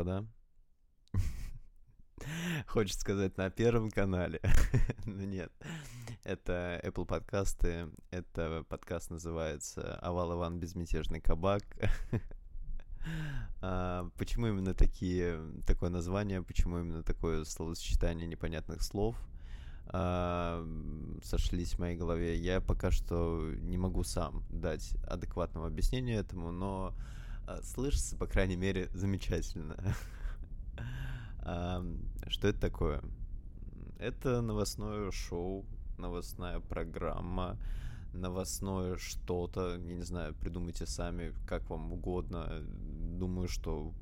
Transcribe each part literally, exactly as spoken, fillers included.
господа. Хочется сказать на Первом канале, но нет. Это Apple подкасты, это подкаст называется «Овал Иван Безмятежный кабак». А, почему именно такие, такое название, почему именно такое словосочетание непонятных слов а, сошлись в моей голове, я пока что не могу сам дать адекватного объяснения этому, но а, слышится, по крайней мере, замечательно. А, что это такое? Это новостное шоу, новостная программа, новостное что-то, я не знаю, придумайте сами, как вам угодно. Думаю, что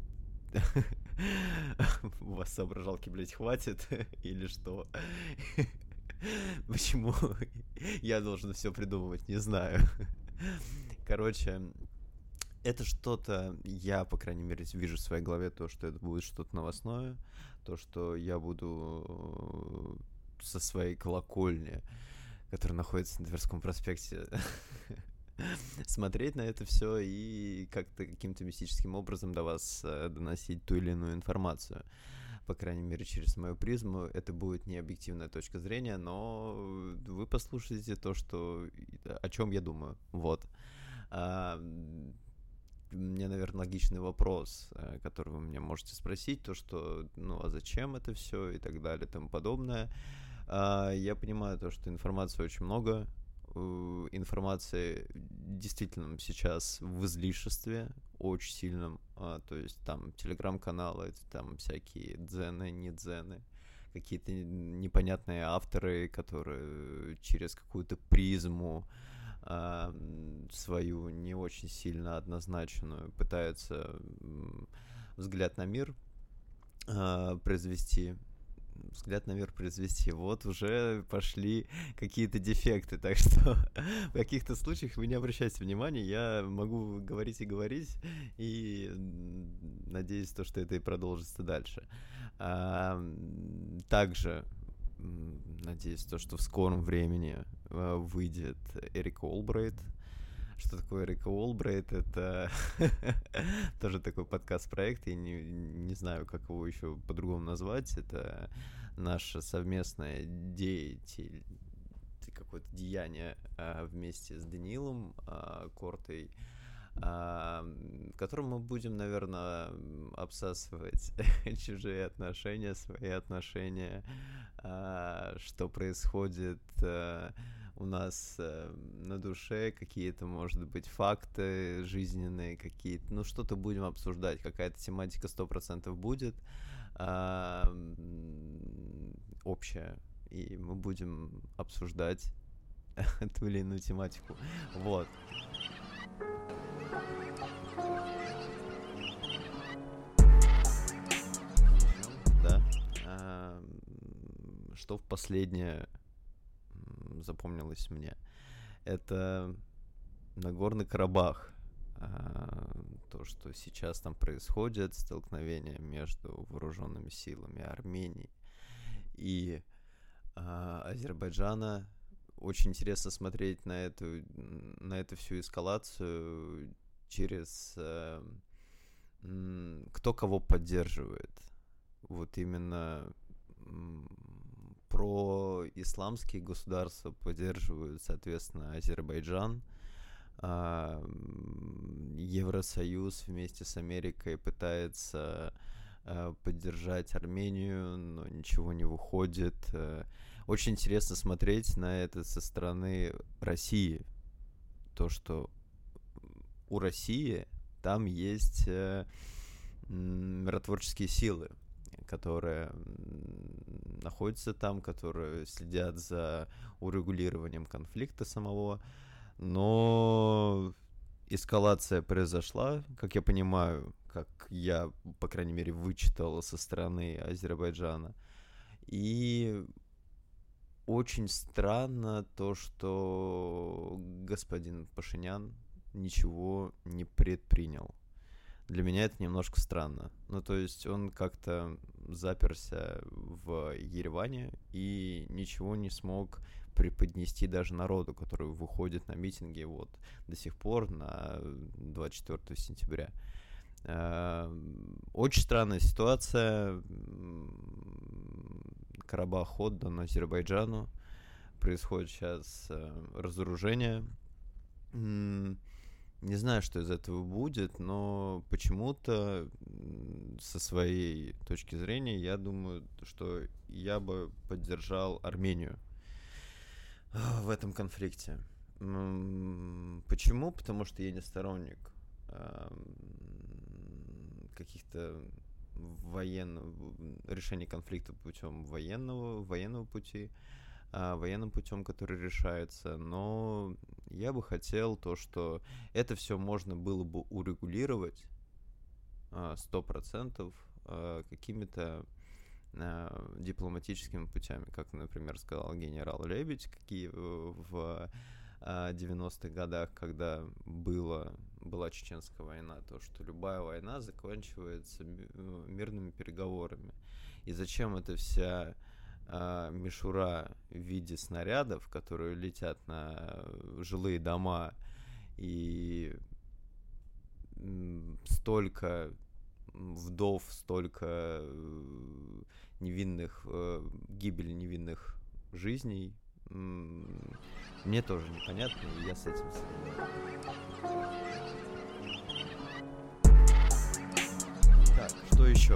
у вас соображалки, блядь, хватит, или что? Почему я должен все придумывать, не знаю. Короче, это что-то, я, по крайней мере, вижу в своей голове то, что это будет что-то новостное, то, что я буду со своей колокольни, которая находится на Тверском проспекте, смотреть на это все и как-то каким-то мистическим образом до вас доносить ту или иную информацию. По крайней мере, через мою призму. Это будет не объективная точка зрения, но вы послушаете то, что... о чем я думаю. Вот. Мне, наверное, логичный вопрос, который вы меня можете спросить, то, что, ну, а зачем это все и так далее и тому подобное. Я понимаю то, что информации очень много, информации действительно сейчас в излишестве, очень сильном, то есть там телеграм-каналы, там всякие дзены, не дзены, какие-то непонятные авторы, которые через какую-то призму свою не очень сильно однозначную пытаются взгляд на мир произвести. Взгляд на мир произвести. Вот уже пошли какие-то дефекты, так что в каких-то случаях вы не обращайте внимания, я могу говорить и говорить, и надеюсь, то, что это и продолжится дальше. Также надеюсь, то, что в скором времени выйдет Эрик Олбрайт. Что такое Эрик Олбрайт? Это тоже такой подкаст-проект, я не, не знаю, как его еще по-другому назвать. Это наше совместное деятель, какое-то деяние вместе с Даниилом Кортой, в котором мы будем, наверное, обсасывать чужие отношения, свои отношения, что происходит у нас на душе, какие-то, может быть, факты жизненные, какие-то, ну, что-то будем обсуждать, какая-то тематика сто процентов будет общая, и мы будем обсуждать ту или иную тематику. Вот. Да. Что в последнее запомнилось мне? Это Нагорный Карабах. То, что сейчас там происходит, столкновение между вооруженными силами Армении и Азербайджана. Очень интересно смотреть на эту, на эту всю эскалацию через кто кого поддерживает. Вот именно происламские государства поддерживают, соответственно, Азербайджан. Евросоюз вместе с Америкой пытается поддержать Армению, но ничего не выходит. Очень интересно смотреть на это со стороны России. То, что у России там есть миротворческие силы, которые находятся там, которые следят за урегулированием конфликта самого. Но эскалация произошла, как я понимаю, как я, по крайней мере, вычитал со стороны Азербайджана. И очень странно то, что господин Пашинян ничего не предпринял. Для меня это немножко странно. Ну, то есть он как-то заперся в Ереване и ничего не смог преподнести даже народу, который выходит на митинги вот до сих пор, на двадцать четвёртого сентября. Очень странная ситуация. Карабах отдан Азербайджану. Происходит сейчас разоружение. Не знаю, что из этого будет, но почему-то со своей точки зрения я думаю, что я бы поддержал Армению в этом конфликте. Почему? Потому что я не сторонник каких-то военных решений конфликта путем военного, военного пути, военным путем, который решается, но я бы хотел то, что это все можно было бы урегулировать сто процентов какими-то дипломатическими путями, как, например, сказал генерал Лебедь, какие в девяностых годах, когда было, была Чеченская война, то, что любая война заканчивается мирными переговорами. И зачем эта вся мишура в виде снарядов, которые летят на жилые дома, и столько вдов, столько невинных, гибели невинных жизней, мне тоже непонятно, и я с этим согласен. Так, что еще?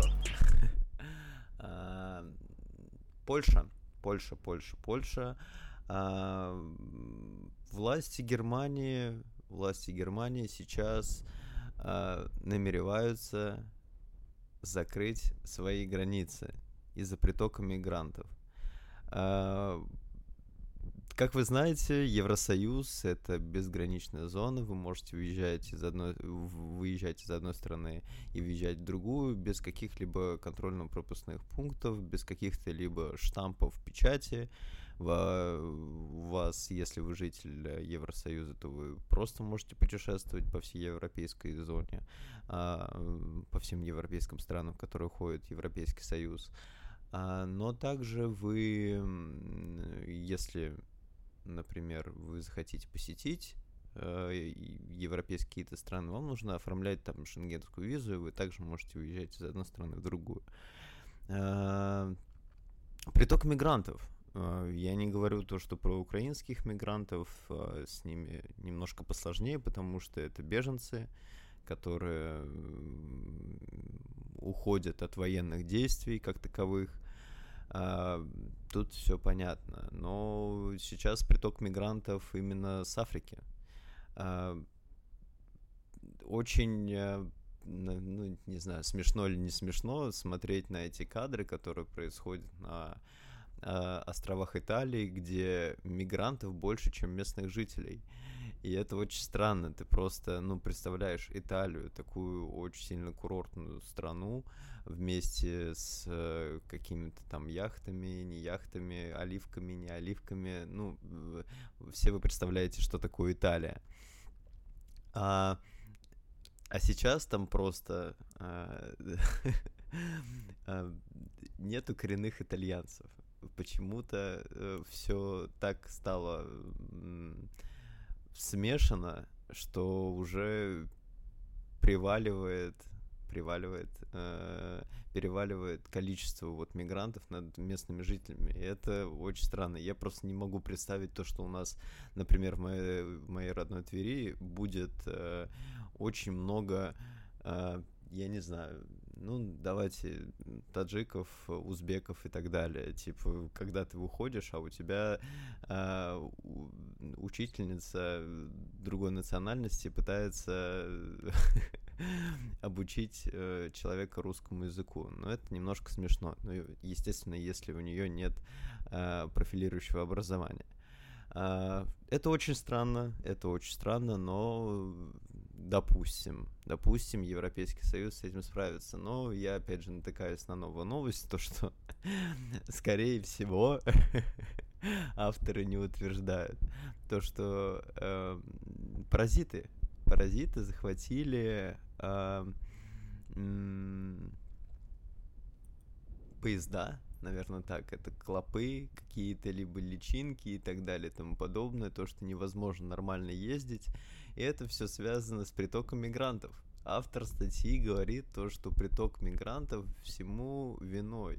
Польша, Польша, Польша, Польша. А, власти Германии, власти Германии сейчас а, намереваются закрыть свои границы из-за притока мигрантов. А, как вы знаете, Евросоюз — это безграничная зона. Вы можете уезжать из одной, выезжать из одной страны и въезжать в другую без каких-либо контрольно-пропускных пунктов, без каких-то либо штампов печати. У вас, если вы житель Евросоюза, то вы просто можете путешествовать по всей европейской зоне, по всем европейским странам, в которые входит Европейский Союз. Но также вы, если, например, вы захотите посетить э, европейские какие-то страны, вам нужно оформлять там шенгенскую визу, и вы также можете уезжать из одной страны в другую. Э, приток мигрантов. Э, я не говорю то, что про украинских мигрантов, э, с ними немножко посложнее, потому что это беженцы, которые уходят от военных действий как таковых. Тут все понятно, но сейчас приток мигрантов именно с Африки. Очень, ну, не знаю, смешно или не смешно смотреть на эти кадры, которые происходят на островах Италии, где мигрантов больше, чем местных жителей. И это очень странно. Ты просто, ну, представляешь Италию, такую очень сильно курортную страну, вместе с э, какими-то там яхтами, не яхтами, оливками, не оливками. Ну, все вы представляете, что такое Италия. А, а сейчас там просто а, нету коренных итальянцев. Почему-то э, все так стало м, смешано, что уже приваливает, приваливает, э, переваливает количество вот мигрантов над местными жителями. И это очень странно. Я просто не могу представить то, что у нас, например, в моей, в моей родной Твери будет э, очень много, э, я не знаю, ну, давайте, таджиков, узбеков и так далее. Типа, когда ты выходишь, а у тебя э, учительница другой национальности пытается обучить э, человека русскому языку. Но это немножко смешно. Ну, естественно, если у нее нет э, профилирующего образования. Э, это очень странно, это очень странно, но допустим, допустим, Европейский Союз с этим справится. Но я, опять же, натыкаюсь на новую новость, то, что, скорее всего, авторы не утверждают, то, что э, паразиты, паразиты захватили э, м- поезда, наверное, так, это клопы какие-то, либо личинки и так далее и тому подобное, то, что невозможно нормально ездить, и это все связано с притоком мигрантов. автор статьи говорит то, что приток мигрантов всему виной.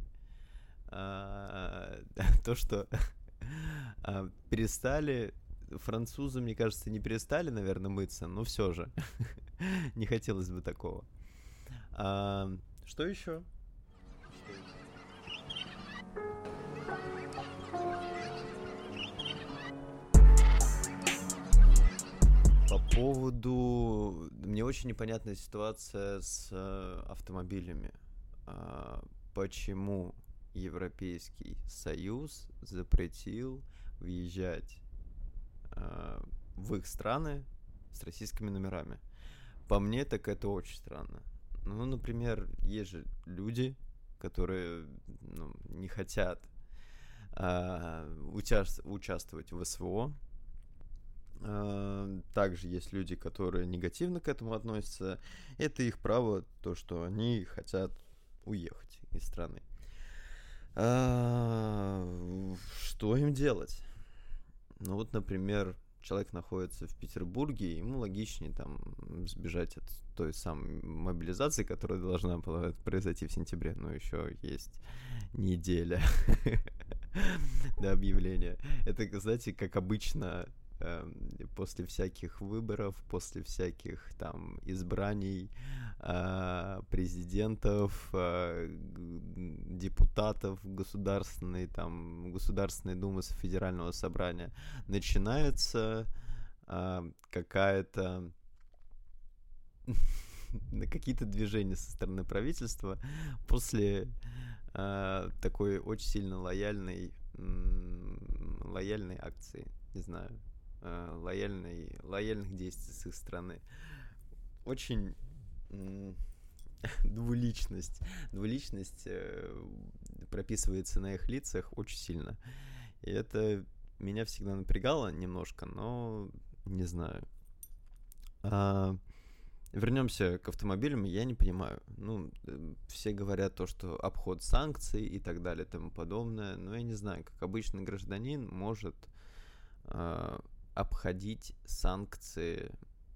А, то, что а, перестали... Французы, мне кажется, не перестали, наверное, мыться, но все же. Не хотелось бы такого. А, что еще? По поводу... Мне очень непонятная ситуация с э, автомобилями. А, почему Европейский Союз запретил въезжать э, в их страны с российскими номерами? По мне, так это очень странно. Ну, например, есть же люди, которые ну, не хотят э, уча- участвовать в СВО. Также есть люди, которые негативно к этому относятся. Это их право, то, что они хотят уехать из страны. Что им делать? Ну вот, например, человек находится в Петербурге, ему логичнее там сбежать от той самой мобилизации, которая должна была произойти в сентябре. Но еще есть неделя до объявления. Это, знаете, как обычно... после всяких выборов, после всяких там избраний президентов, депутатов Государственной, там, Государственной Думы Федерального собрания начинается какая-то какие-то движения со стороны правительства после такой очень сильно лояльной лояльной акции, не знаю, лояльной, лояльных действий с их стороны. Очень м- двуличность. Двуличность э, прописывается на их лицах очень сильно. И это меня всегда напрягало немножко, но не знаю. А, вернемся к автомобилям, я не понимаю. Ну, все говорят то, что обход санкций и так далее и тому подобное, но я не знаю, как обычный гражданин может... А, обходить санкции,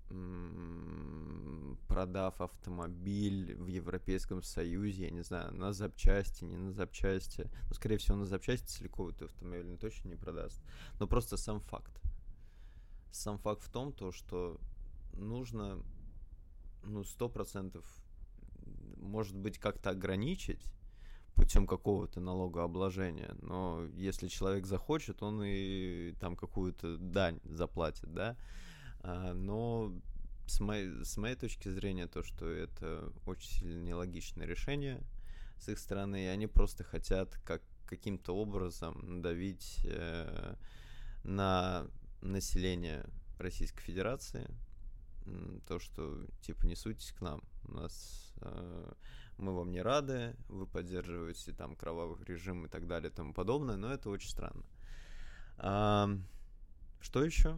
продав автомобиль в Европейском Союзе, я не знаю, на запчасти, не на запчасти. Ну, скорее всего, на запчасти целиковый автомобиль точно не продаст. Но просто сам факт. Сам факт в том, то, что нужно, ну, сто процентов, может быть, как-то ограничить путем какого-то налогообложения, но если человек захочет, он и там какую-то дань заплатит, да, а, но с моей, с моей точки зрения то, что это очень сильно нелогичное решение с их стороны, и они просто хотят как, каким-то образом надавить э, на население Российской Федерации, то, что типа не суйтесь к нам, у нас... Э, мы вам не рады, вы поддерживаете там кровавый режим и так далее и тому подобное, но это очень странно. А, что еще?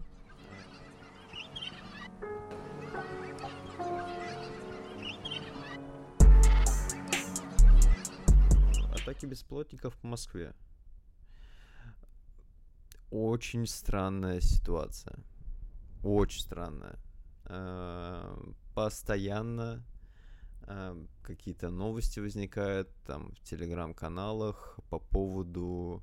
Атаки беспилотников по Москве. Очень странная ситуация. Очень странная. А, постоянно какие-то новости возникают там в телеграм-каналах по поводу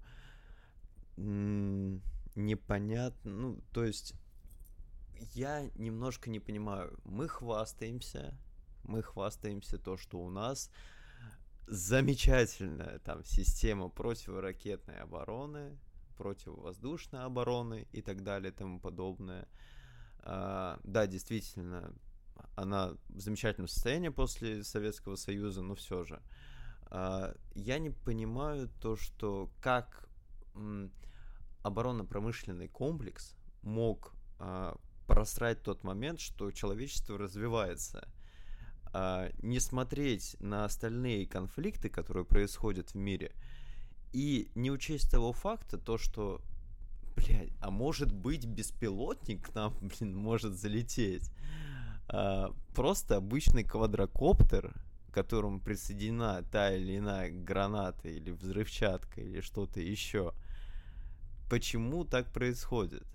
м- непонятно, ну, то есть я немножко не понимаю, мы хвастаемся, мы хвастаемся то, что у нас замечательная там система противоракетной обороны, противовоздушной обороны и так далее и тому подобное. А, да, действительно, она в замечательном состоянии после Советского Союза, но все же. Я не понимаю то, что как оборонно-промышленный комплекс мог просрать тот момент, что человечество развивается. Не смотреть на остальные конфликты, которые происходят в мире, и не учесть того факта, то, что, блядь, а может быть беспилотник к нам, блин, может залететь. Uh, просто обычный квадрокоптер, к которому присоединена та или иная граната или взрывчатка или что-то еще. Почему так происходит?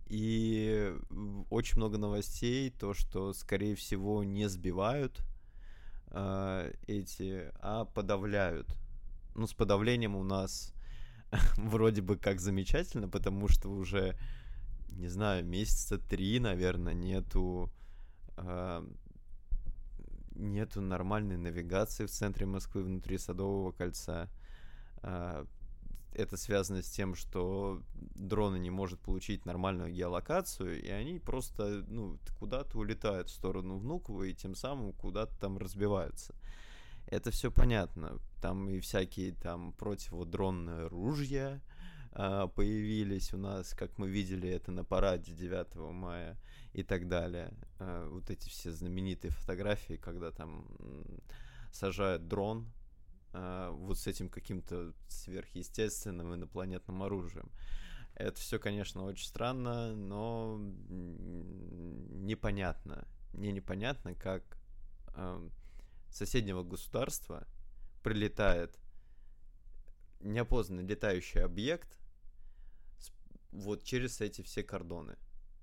И очень много новостей, то, что, скорее всего, не сбивают э, эти, а подавляют. Ну, с подавлением у нас вроде бы как замечательно, потому что уже, не знаю, месяца три, наверное, нету э, нету нормальной навигации в центре Москвы внутри Садового кольца. Э, это связано с тем, что дрон не может получить нормальную геолокацию, и они просто, ну, куда-то улетают в сторону Внуково, и тем самым куда-то там разбиваются. Это все понятно. Там и всякие там противодронные ружья а, появились у нас, как мы видели это на параде девятого мая и так далее. А, вот эти все знаменитые фотографии, когда там м, сажают дрон а, вот с этим каким-то сверхъестественным инопланетным оружием. Это все, конечно, очень странно, но непонятно. Мне непонятно, как э, соседнего государства прилетает неопознанный летающий объект вот через эти все кордоны.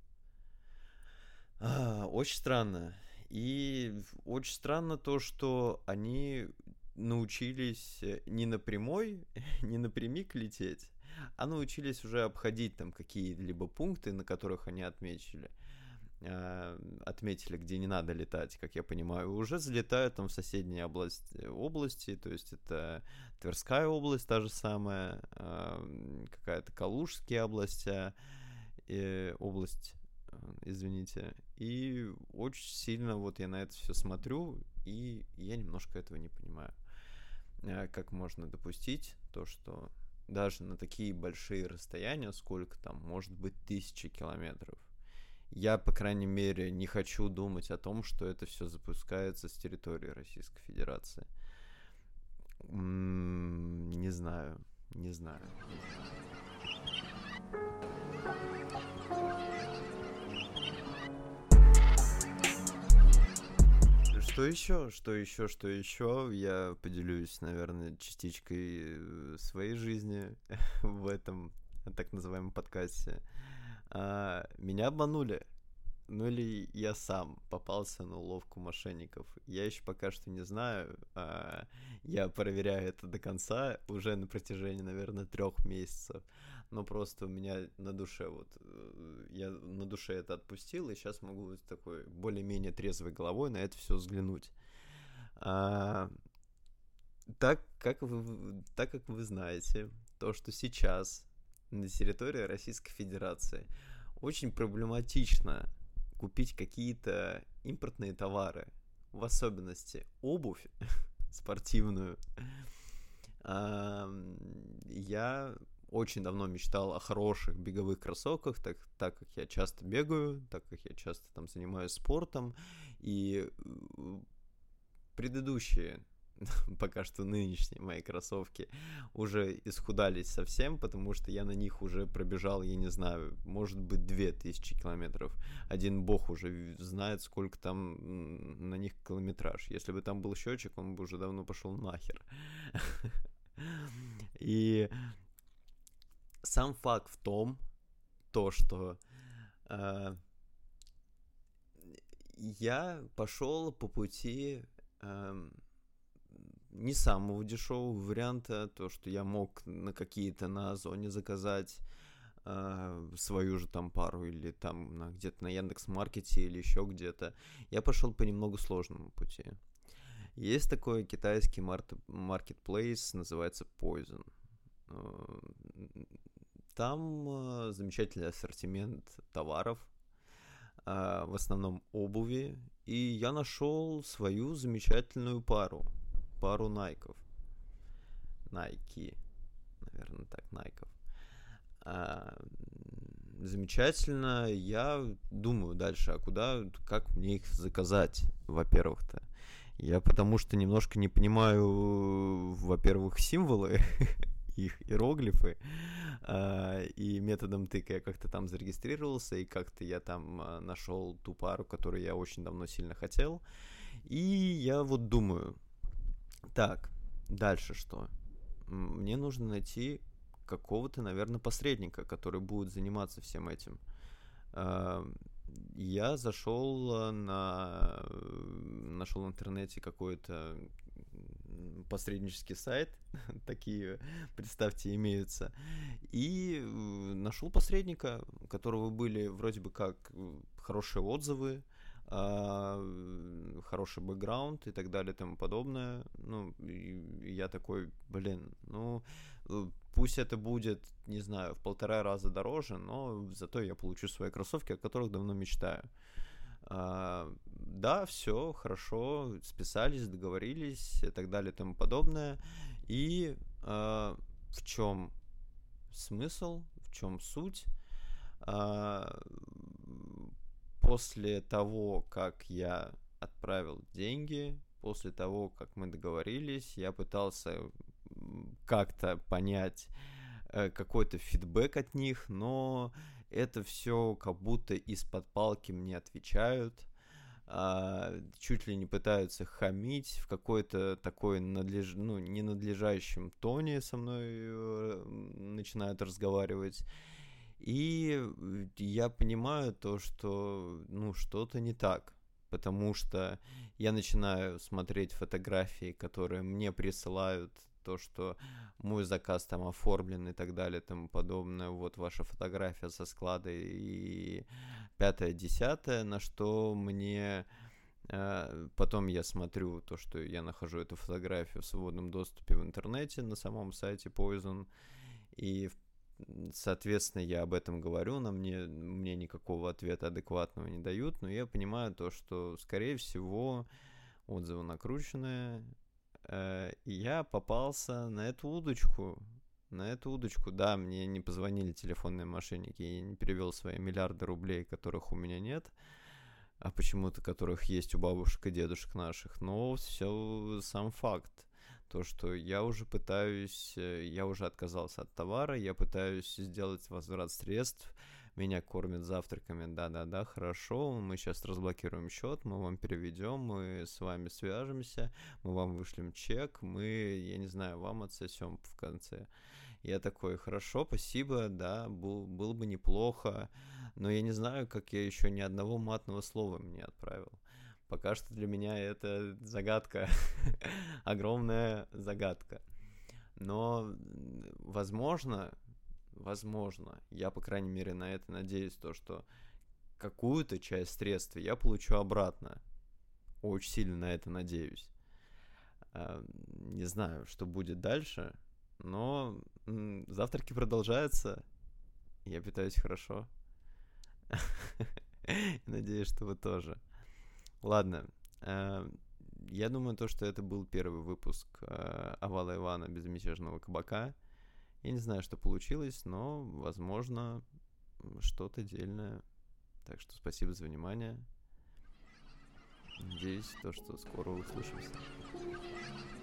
А, очень странно. И очень странно то, что они научились не напрямой, не напрямик лететь, а научились уже обходить там какие-либо пункты, на которых они отметили, э, отметили, где не надо летать, как я понимаю, уже залетают там в соседние области, области, то есть это Тверская область та же самая, э, какая-то Калужская область, э, область, извините, и очень сильно вот я на это все смотрю, и я немножко этого не понимаю. Как можно допустить то, что даже на такие большие расстояния, сколько там, может быть, тысячи километров, я, по крайней мере, не хочу думать о том, что это все запускается с территории Российской Федерации. М-м, не знаю, не знаю. Что еще, что еще, что еще? Я поделюсь, наверное, частичкой своей жизни в этом так называемом подкасте. А, меня обманули. Ну или я сам попался на уловку мошенников. Я еще пока что не знаю. А, я проверяю это до конца уже на протяжении, наверное, трех месяцев. Но просто у меня на душе вот я на душе это отпустил, и сейчас могу с такой более-менее трезвой головой на это все взглянуть. А, так как вы, так как вы знаете, то, что сейчас на территории Российской Федерации очень проблематично купить какие-то импортные товары, в особенности обувь спортивную. Я очень давно мечтал о хороших беговых кроссовках, так, так как я часто бегаю, так как я часто там занимаюсь спортом, и предыдущие, пока что нынешние мои кроссовки уже исхудались совсем, потому что я на них уже пробежал, я не знаю, может быть, две тысячи километров. Один бог уже знает, сколько там на них километраж. Если бы там был счетчик, он бы уже давно пошел нахер. И сам факт в том, то, что э, я пошел по пути э, не самого дешевого варианта, то, что я мог на какие-то на Озоне заказать э, свою же там пару, или там на, где-то на Яндекс.Маркете или еще где-то. Я пошел по немного сложному пути. Есть такой китайский маркетплейс, называется Poizon. Там э, замечательный ассортимент товаров, э, в основном обуви, и я нашел свою замечательную пару, пару найков, Nike, наверное, так, найков. Э, замечательно, я думаю дальше, а куда, как мне их заказать, во-первых-то. Я потому что немножко не понимаю, во-первых, символы, их иероглифы, э, и методом тыка я как-то там зарегистрировался, и как-то я там э, нашел ту пару, которую я очень давно сильно хотел, и я вот думаю, так, дальше что? Мне нужно найти какого-то, наверное, посредника, который будет заниматься всем этим. А, я зашел на... Нашел в интернете какой-то посреднический сайт, такие, представьте, имеются, и нашел посредника, у которого были вроде бы как хорошие отзывы, хороший бэкграунд и так далее и тому подобное. Ну, и я такой, блин, ну, пусть это будет, не знаю, в полтора раза дороже, но зато я получу свои кроссовки, о которых давно мечтаю. Uh, да, все, хорошо, списались, договорились и так далее и тому подобное. И uh, в чем смысл, в чем суть? Uh, после того, как я отправил деньги, после того, как мы договорились, я пытался как-то понять uh, какой-то фидбэк от них, но это все как будто из-под палки мне отвечают, а, чуть ли не пытаются хамить в какой-то такой надлеж... ну, ненадлежащем тоне со мной э, начинают разговаривать. И я понимаю то, что ну, что-то не так, потому что я начинаю смотреть фотографии, которые мне присылают, то, что мой заказ там оформлен и так далее и тому подобное, вот ваша фотография со склада и пятое-десятое, на что мне э, потом я смотрю то, что я нахожу эту фотографию в свободном доступе в интернете на самом сайте Poizon, и соответственно я об этом говорю, на мне, мне никакого ответа адекватного не дают, но я понимаю то, что скорее всего отзывы накрученные, и я попался на эту удочку. На эту удочку, да, мне не позвонили телефонные мошенники, я не перевел свои миллиарды рублей, которых у меня нет, а почему-то которых есть у бабушек и дедушек наших. Но все сам факт. То, что я уже пытаюсь, я уже отказался от товара, я пытаюсь сделать возврат средств, меня кормят завтраками, да-да-да, хорошо, мы сейчас разблокируем счет, мы вам переведем, мы с вами свяжемся, мы вам вышлем чек, мы, я не знаю, вам отсосем в конце. Я такой, хорошо, спасибо, да, был, было бы неплохо, но я не знаю, как я еще ни одного матного слова мне отправил. Пока что для меня это загадка, огромная загадка. Но, возможно, возможно, я, по крайней мере, на это надеюсь, то, что какую-то часть средств я получу обратно. Очень сильно на это надеюсь. Не знаю, что будет дальше, но завтраки продолжаются. Я питаюсь хорошо. Надеюсь, что вы тоже. Ладно, я думаю, то, что это был первый выпуск Овала Ивана Безмятежного Кабака. Я не знаю, что получилось, но, возможно, что-то дельное. Так что спасибо за внимание. Надеюсь, то, что скоро услышимся.